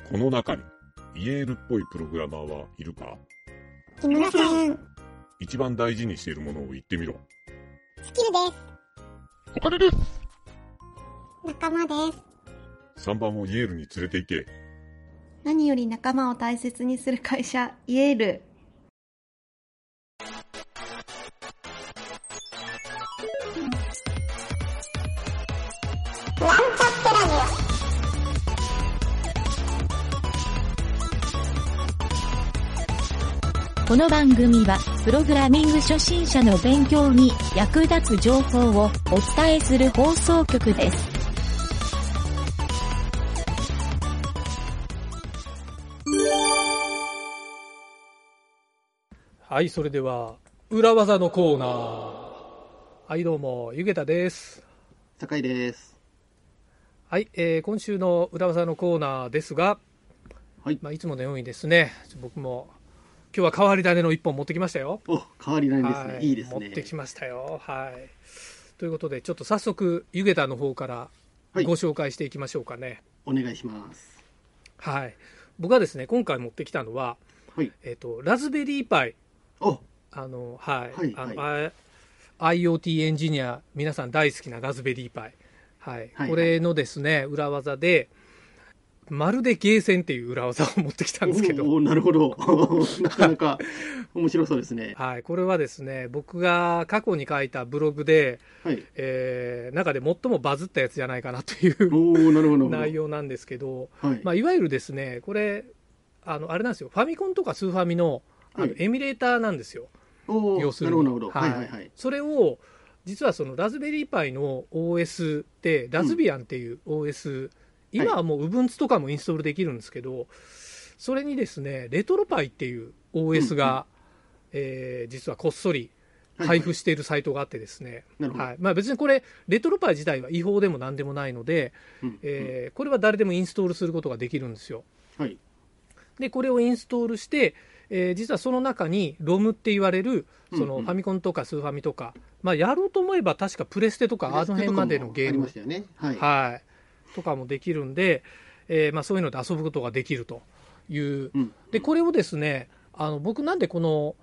この中にイエールっぽいプログラマーはいるか？ いません。 一番大事にしているものを言ってみろ。 スキルです。 お金です。 仲間です。 3番をイエールに連れて行け。 何より仲間を大切にする会社、イエール。 なんちゃってラジこの番組はプログラミング初心者の勉強に役立つ情報をお伝えする放送局です。 はい、それでは裏技のコーナー。はい、どうもゆげたです。 酒井です。 はい、今週の裏技のコーナーですが、 はい、 いつものようにですね、僕も今日は変わり種の一本持ってきましたよ。 お、変わり種ですね。 はい、 いいですね。 持ってきましたよ。はい。ということで、ちょっと早速ゆげたの方からご紹介していきましょうかね。 お願いします。 はい。僕はですね、今回持ってきたのは、 はい、 ラズベリーパイ。 お、 IoT エンジニア皆さん大好きなラズベリーパイ、はいはい、これのですね裏技でまるでゲーセンっていう裏技を持ってきたんですけど、 お、なるほどなかなか面白そうですね。 はい、これはですね僕が過去に書いたブログで、 はい中で最もバズったやつじゃないかなという内容なんですけど、はい、いわゆるですねこれあれなんですよ、ファミコンとかスーファミのエミュレーターなんですよ。要するに、それを実はそのラズベリーパイの OS ってラズビアンっていう OS、今はもう Ubuntu とかもインストールできるんですけど、それにですねレトロパイっていう OS が、実はこっそり配布しているサイトがあってですね、別にこれレトロパイ自体は違法でも何でもないので、これは誰でもインストールすることができるんですよ。でこれをインストールして実はその中にロムって言われるそのファミコンとかスーファミとか、やろうと思えば確かプレステとかあの辺までのゲーム、とかもできるんで、そういうので遊ぶことができるという、でこれをですね僕なんでこの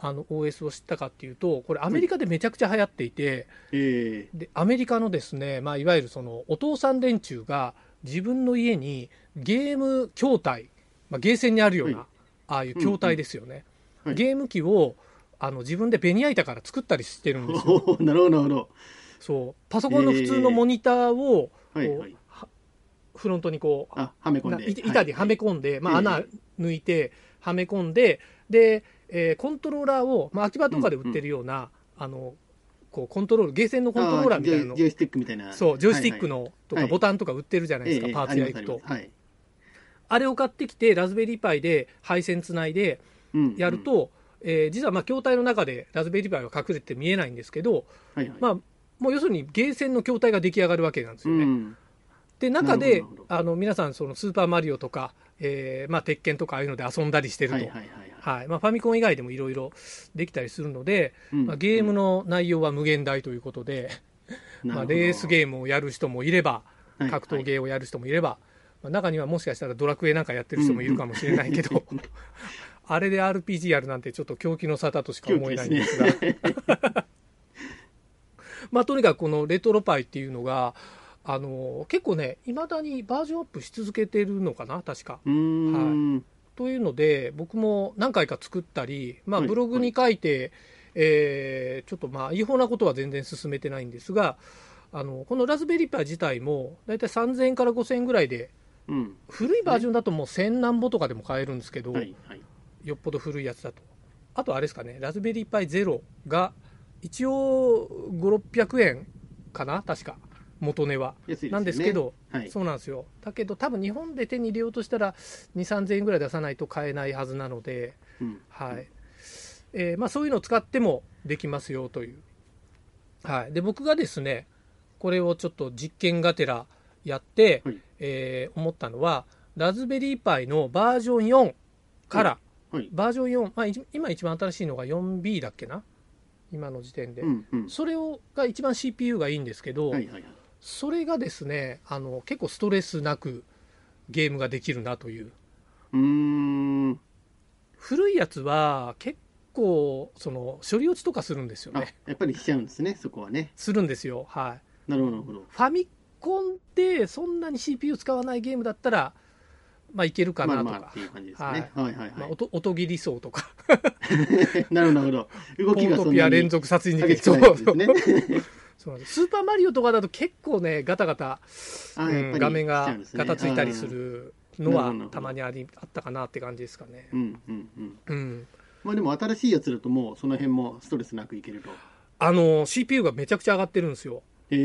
OS を知ったかっていうと、これアメリカでめちゃくちゃ流行っていて、でアメリカのですね、いわゆるそのお父さん連中が自分の家にゲーム筐体、ゲーセンにあるような、ああいう筐体ですよね、ゲーム機を自分でベニヤ板から作ったりしてるんですよ。 なるほどなるほど。 そうパソコンの普通のモニターをフロントにこうはめ込んで板にはめ込んで、穴抜いてはめ込んで、で、コントローラーを、秋葉とかで売ってるような、こうコントロールゲーセンのコントローラーみたいなの、 ジョイスティックみたいな、 そうジョイスティックのとかボタンとか売ってるじゃないですか、パーツ屋行くと、あれを買ってきてラズベリーパイで配線つないでやると、実は筐体の中でラズベリーパイは隠れて見えないんですけど、もう要するにゲーセンの筐体が出来上がるわけなんですよね。で中で皆さんそのスーパーマリオとか、鉄拳とかああいうので遊んだりしてると、ファミコン以外でもいろいろできたりするので、ゲームの内容は無限大ということで、レースゲームをやる人もいれば格闘ゲーをやる人もいれば、中にはもしかしたらドラクエなんかやってる人もいるかもしれないけど、あれで RPG やるなんてちょっと狂気の沙汰としか思えないんですがとにかくこのレトロパイっていうのが結構ねいまだにバージョンアップし続けてるのかな確か。というので僕も何回か作ったり、ブログに書いて、ちょっと違法なことは全然進めてないんですが、このラズベリーパイ自体もだいたい3000円から5000円ぐらいで、古いバージョンだともう1000何ぼとかでも買えるんですけど、よっぽど古いやつだと。あとあれですかね、ラズベリーパイゼロが一応5、600円かな確か元値は、なんですけど、そうなんですよ。だけど多分日本で手に入れようとしたら2、3000円ぐらい出さないと買えないはずなので、そういうのを使ってもできますよという。で僕がですねこれをちょっと実験がてらやって、思ったのはラズベリーパイのバージョン4から、バージョン4、今一番新しいのが 4B だっけな今の時点で、それが一番 CPU がいいんですけど、それがですね結構ストレスなくゲームができるなという。 古いやつは結構その処理落ちとかするんですよね。 やっぱりしちゃうんですね、そこはね。 するんですよ。はい。 なるほどなるほど。 ファミコンでそんなに CPU 使わないゲームだったらまあいけるかなとか、 っていう感じですね。はいはいはい。 まあ、音切りそうとかなるほど。動きがそんなにポートピア連続殺人事件そうですね。 そうなんです。スーパーマリオとかだと結構ねガタガタ、画面がガタついたりするのはたまにあったかなって感じですかね。 まあでも新しいやつだともうその辺もストレスなくいけると。 CPU がめちゃくちゃ上がってるんですよ。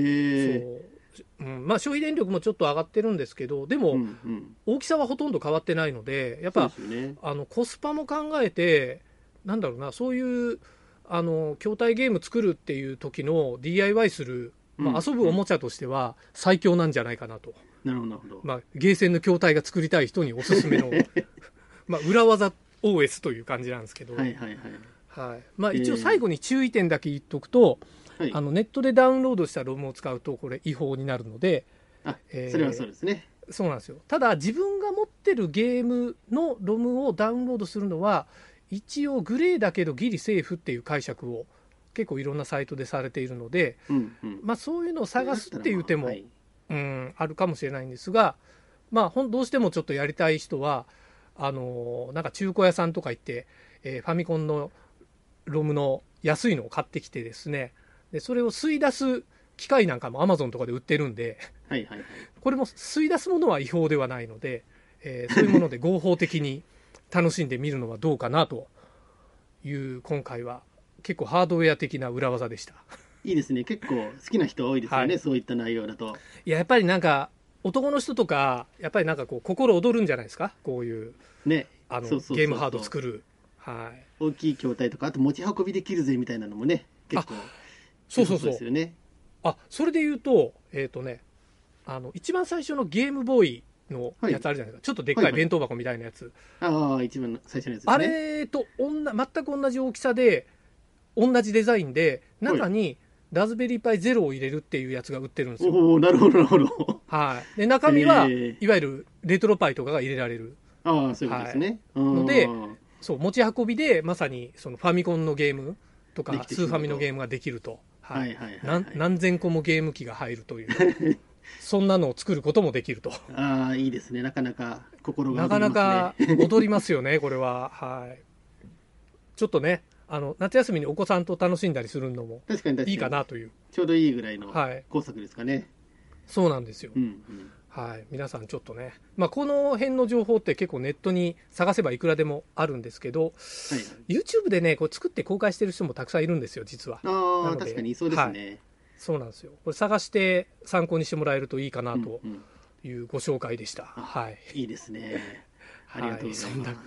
まあ消費電力もちょっと上がってるんですけど、でも大きさはほとんど変わってないので、やっぱ、コスパも考えて、なんだろうな、そういう筐体ゲーム作るっていう時の DIY する、まあ、遊ぶおもちゃとしては最強なんじゃないかなと。 なるほど。 まあ、ゲーセンの筐体が作りたい人におすすめのまあ裏技 OS という感じなんですけど、まあ一応最後に注意点だけ言っとくと、ネットでダウンロードしたロムを使うとこれ違法になるので、 それはそうですね。 そうなんですよ。ただ自分が持ってるゲームのロムをダウンロードするのは一応グレーだけどギリセーフっていう解釈を結構いろんなサイトでされているので、まあそういうのを探すっていう手も、あるかもしれないんですが、まあどうしてもちょっとやりたい人はなんか中古屋さんとか行って、ファミコンのロムの安いのを買ってきてですね、でそれを吸い出す機械なんかも Amazon とかで売ってるんで、これも吸い出すものは違法ではないので、そういうもので合法的に楽しんでみるのはどうかなという今回は結構ハードウェア的な裏技でした。 いいですね。結構好きな人多いですよね、そういった内容だと。 いや、やっぱりなんか男の人とかやっぱりなんかこう心躍るんじゃないですか、こういうね、ゲームハード作る、 大きい筐体とか、あと持ち運びできるぜみたいなのもね、結構そうですよね。それで言うと一番最初のゲームボーイのやつあるじゃないですか、ちょっとでっかい弁当箱みたいなやつ、 一番最初のやつですね。 あれと全く同じ大きさで同じデザインで中にラズベリーパイゼロを入れるっていうやつが売ってるんですよ。 なるほどなるほど。 で中身はいわゆるレトロパイとかが入れられる、 そういうことですね。 ので持ち運びでまさにそのファミコンのゲームとかスーファミのゲームができると、何千個もゲーム機が入るというそんなのを作ることもできると。 いいですね。なかなか心が躍りますね。なかなか踊りますよねこれは。ちょっとね、夏休みにお子さんと楽しんだりするのもいいかなという、 ちょうどいいぐらいの工作ですかね。 そうなんですよ。皆さんちょっとね、まあ、この辺の情報って結構ネットに探せばいくらでもあるんですけど、YouTube でねこう作って公開してる人もたくさんいるんですよ実は。 確かにそうですね。 そうなんですよ。これ探して参考にしてもらえるといいかなというご紹介でした。 いいですね。ありがとうございます。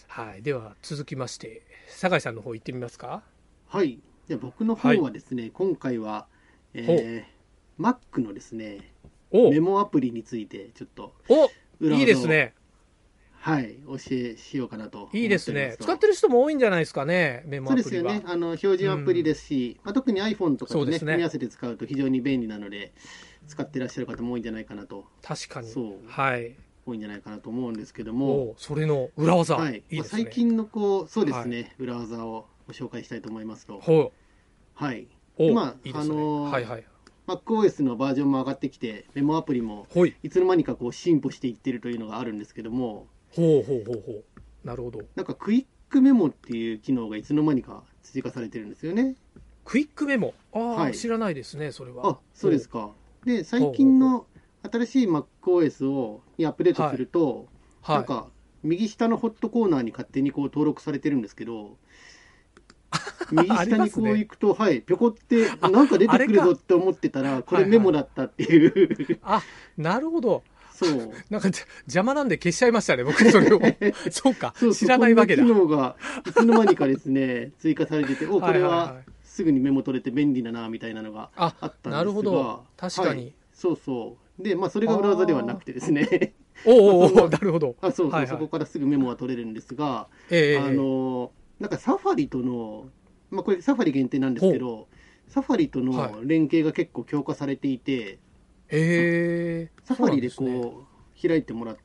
では続きまして酒井さんの方行ってみますか。 で僕の方はですね、今回は、Mac のですねメモアプリについてちょっといいですね。 教えしようかなと。 いいですね。使ってる人も多いんじゃないですかね、メモアプリは。 そうですよね。標準アプリですし、特に iPhone とかとね組み合わせて使うと非常に便利なので使ってらっしゃる方も多いんじゃないかなと。 確かに。 多いんじゃないかなと思うんですけども、 それの裏技、いいですね。 最近のそうですね、裏技をご紹介したいと思いますと、MacOS のバージョンも上がってきて、メモアプリもいつの間にか進歩していってるというのがあるんですけども、 なるほど。 なんかクイックメモっていう機能がいつの間にか追加されてるんですよね。 クイックメモ、知らないですねそれは。 そうですか。で最近の新しい MacOS にアップデートすると、なんか右下のホットコーナーに勝手に登録されてるんですけど、右下に行くと、ぴょこってなんか出てくるぞって思ってたら、これメモだったっていうなるほど。なんか邪魔なんで消しちゃいましたね僕それを。そうか、知らないわけだ。 この機能がいつの間にかですね追加されてて、これはすぐにメモ取れて便利だなみたいなのがあったんですが。 なるほど、確かに。 で、それが裏技ではなくてですねなるほど。 そこからすぐメモは取れるんですが、なんかサファリとの、これサファリ限定なんですけど、サファリとの連携が結構強化されていて、 サファリでこう開いてもらって、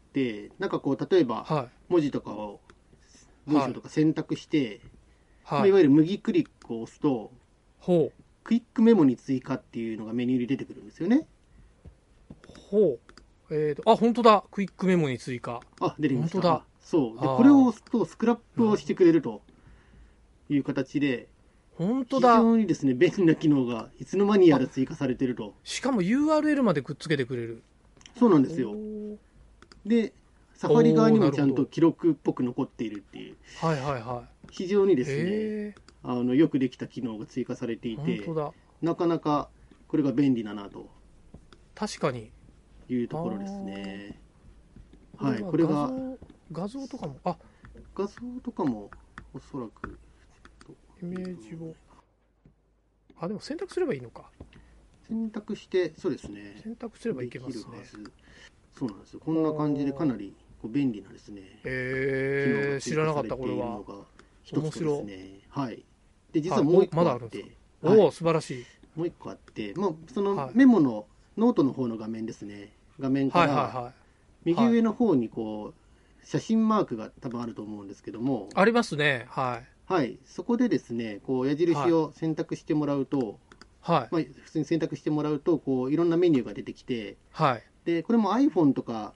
なんかこう例えば文字とかを文章とか選択して、いわゆる右クリックを押すと、クイックメモに追加っていうのがメニューに出てくるんですよね。 本当だ。クイックメモに追加。 出てきました。 本当だ。 そう。で、これを押すとスクラップをしてくれるという形で、 本当だ。 非常にですね、便利な機能がいつの間にやら追加されてると。 しかも URL までくっつけてくれる。 そうなんですよ。で、サファリ側にもちゃんと記録っぽく残っているっていう。非常にですね、よくできた機能が追加されていて、 本当だ。 なかなかこれが便利だなと。 確かに。 いうところですね。はい、これが画像とかも、 画像とかもおそらくイメージをでも選択すればいいのか。 選択して、そうですね。 選択すればいけますね。 そうなんですよ。こんな感じでかなりこう便利なですね。 知らなかったこれは。 面白いですね。はい。で実はもう一個あって、 素晴らしい。 もう一個あって、そのメモのノートの方の画面ですね。画面から右上の方にこう写真マークが多分あると思うんですけども。 ありますね。はい。 そこでですね、こう矢印を選択してもらうと、普通に選択してもらうとこういろんなメニューが出てきて、でこれも iPhone とか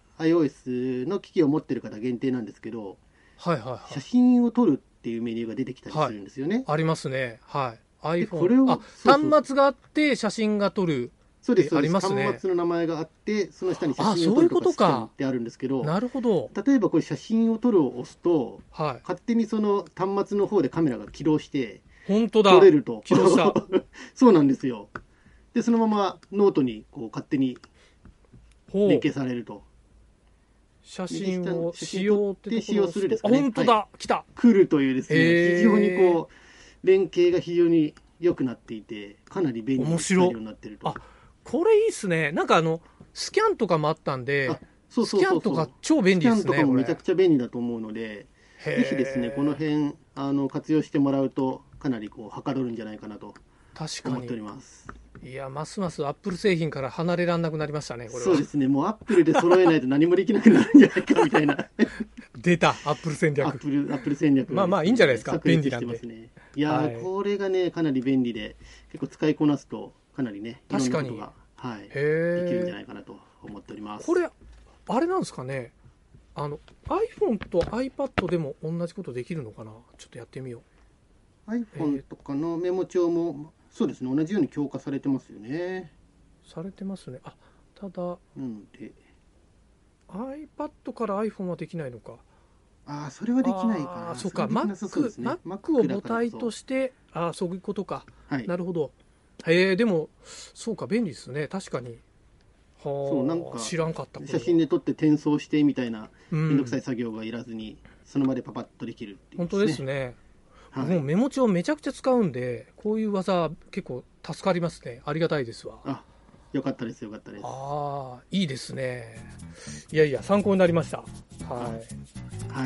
iOS の機器を持ってる方限定なんですけど、写真を撮るっていうメニューが出てきたりするんですよね。 ありますね。iPhone。これを端末があって写真が撮る。 そうです。 ありますね。 端末の名前があって、その下に写真を撮るとかってあるんですけど、 なるほど。 例えばこれ写真を撮るを押すと、勝手にその端末の方でカメラが起動して、 本当だ。 撮れると。 起動した。 そうなんですよ。で、そのままノートにこう勝手に連携されると。 写真を使用って使用するですかね。 本当だ。来た。 来るというですね、非常にこう連携が非常に良くなっていて、かなり便利な作業になっていると。 これいいっすね。なんかスキャンとかもあったんで、スキャンとか超便利ですね。 スキャンとかもめちゃくちゃ便利だと思うので、ぜひですね、この辺活用してもらうと、かなりこうはかどるんじゃないかなと思っております。 いや、ますますアップル製品から離れられなくなりましたね、これは。 そうですね、もうアップルで揃えないと何もできなくなるんじゃないかみたいな。 出た、アップル戦略。 アップル戦略。 まあいいんじゃないですか、便利なんで。 いや、これがね、かなり便利で、結構使いこなすと、かなりね、いろんなことができるんじゃないかなと思っております。 これ、あれなんですかね、iPhone と iPad でも同じことできるのかな。ちょっとやってみよう。iPhone とかのメモ帳も、そうですね、同じように強化されてますよね。 されてますね。ただ、 なので iPad から iPhone はできないのか。 それはできないかな。 そうか、Mac を母体として、そういうことか。なるほど。でも、そうか、便利ですね、確かに。 そう、なんか知らんかった。 写真で撮って転送してみたいな、めんどくさい作業がいらずに、その場でパパッとできるっていう、 本当ですね。もうメモ帳めちゃくちゃ使うんで、こういう技結構助かりますね。ありがたいですわ。 よかったです、よかったです。 いいですね。いやいや、参考になりました。 はい、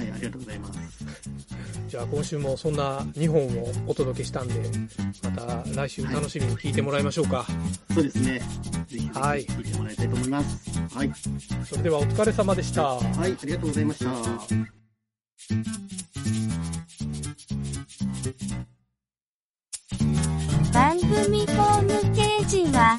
ありがとうございます。 じゃあ今週もそんな2本をお届けしたんで、また来週楽しみに聞いてもらいましょうか。 そうですね。ぜひ聞いてもらいたいと思います。 それではお疲れ様でした。 ありがとうございました。 番組ホームページは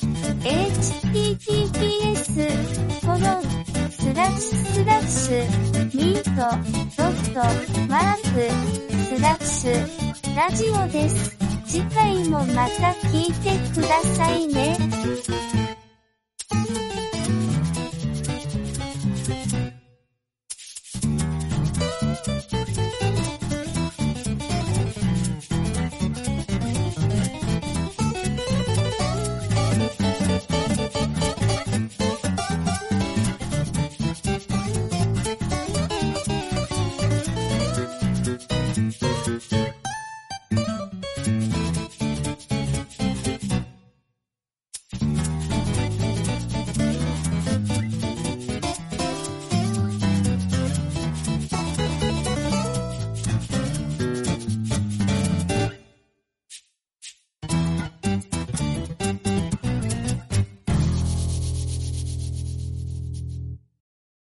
https://meet.mark/ラジオです。次回もまた聞いてくださいね。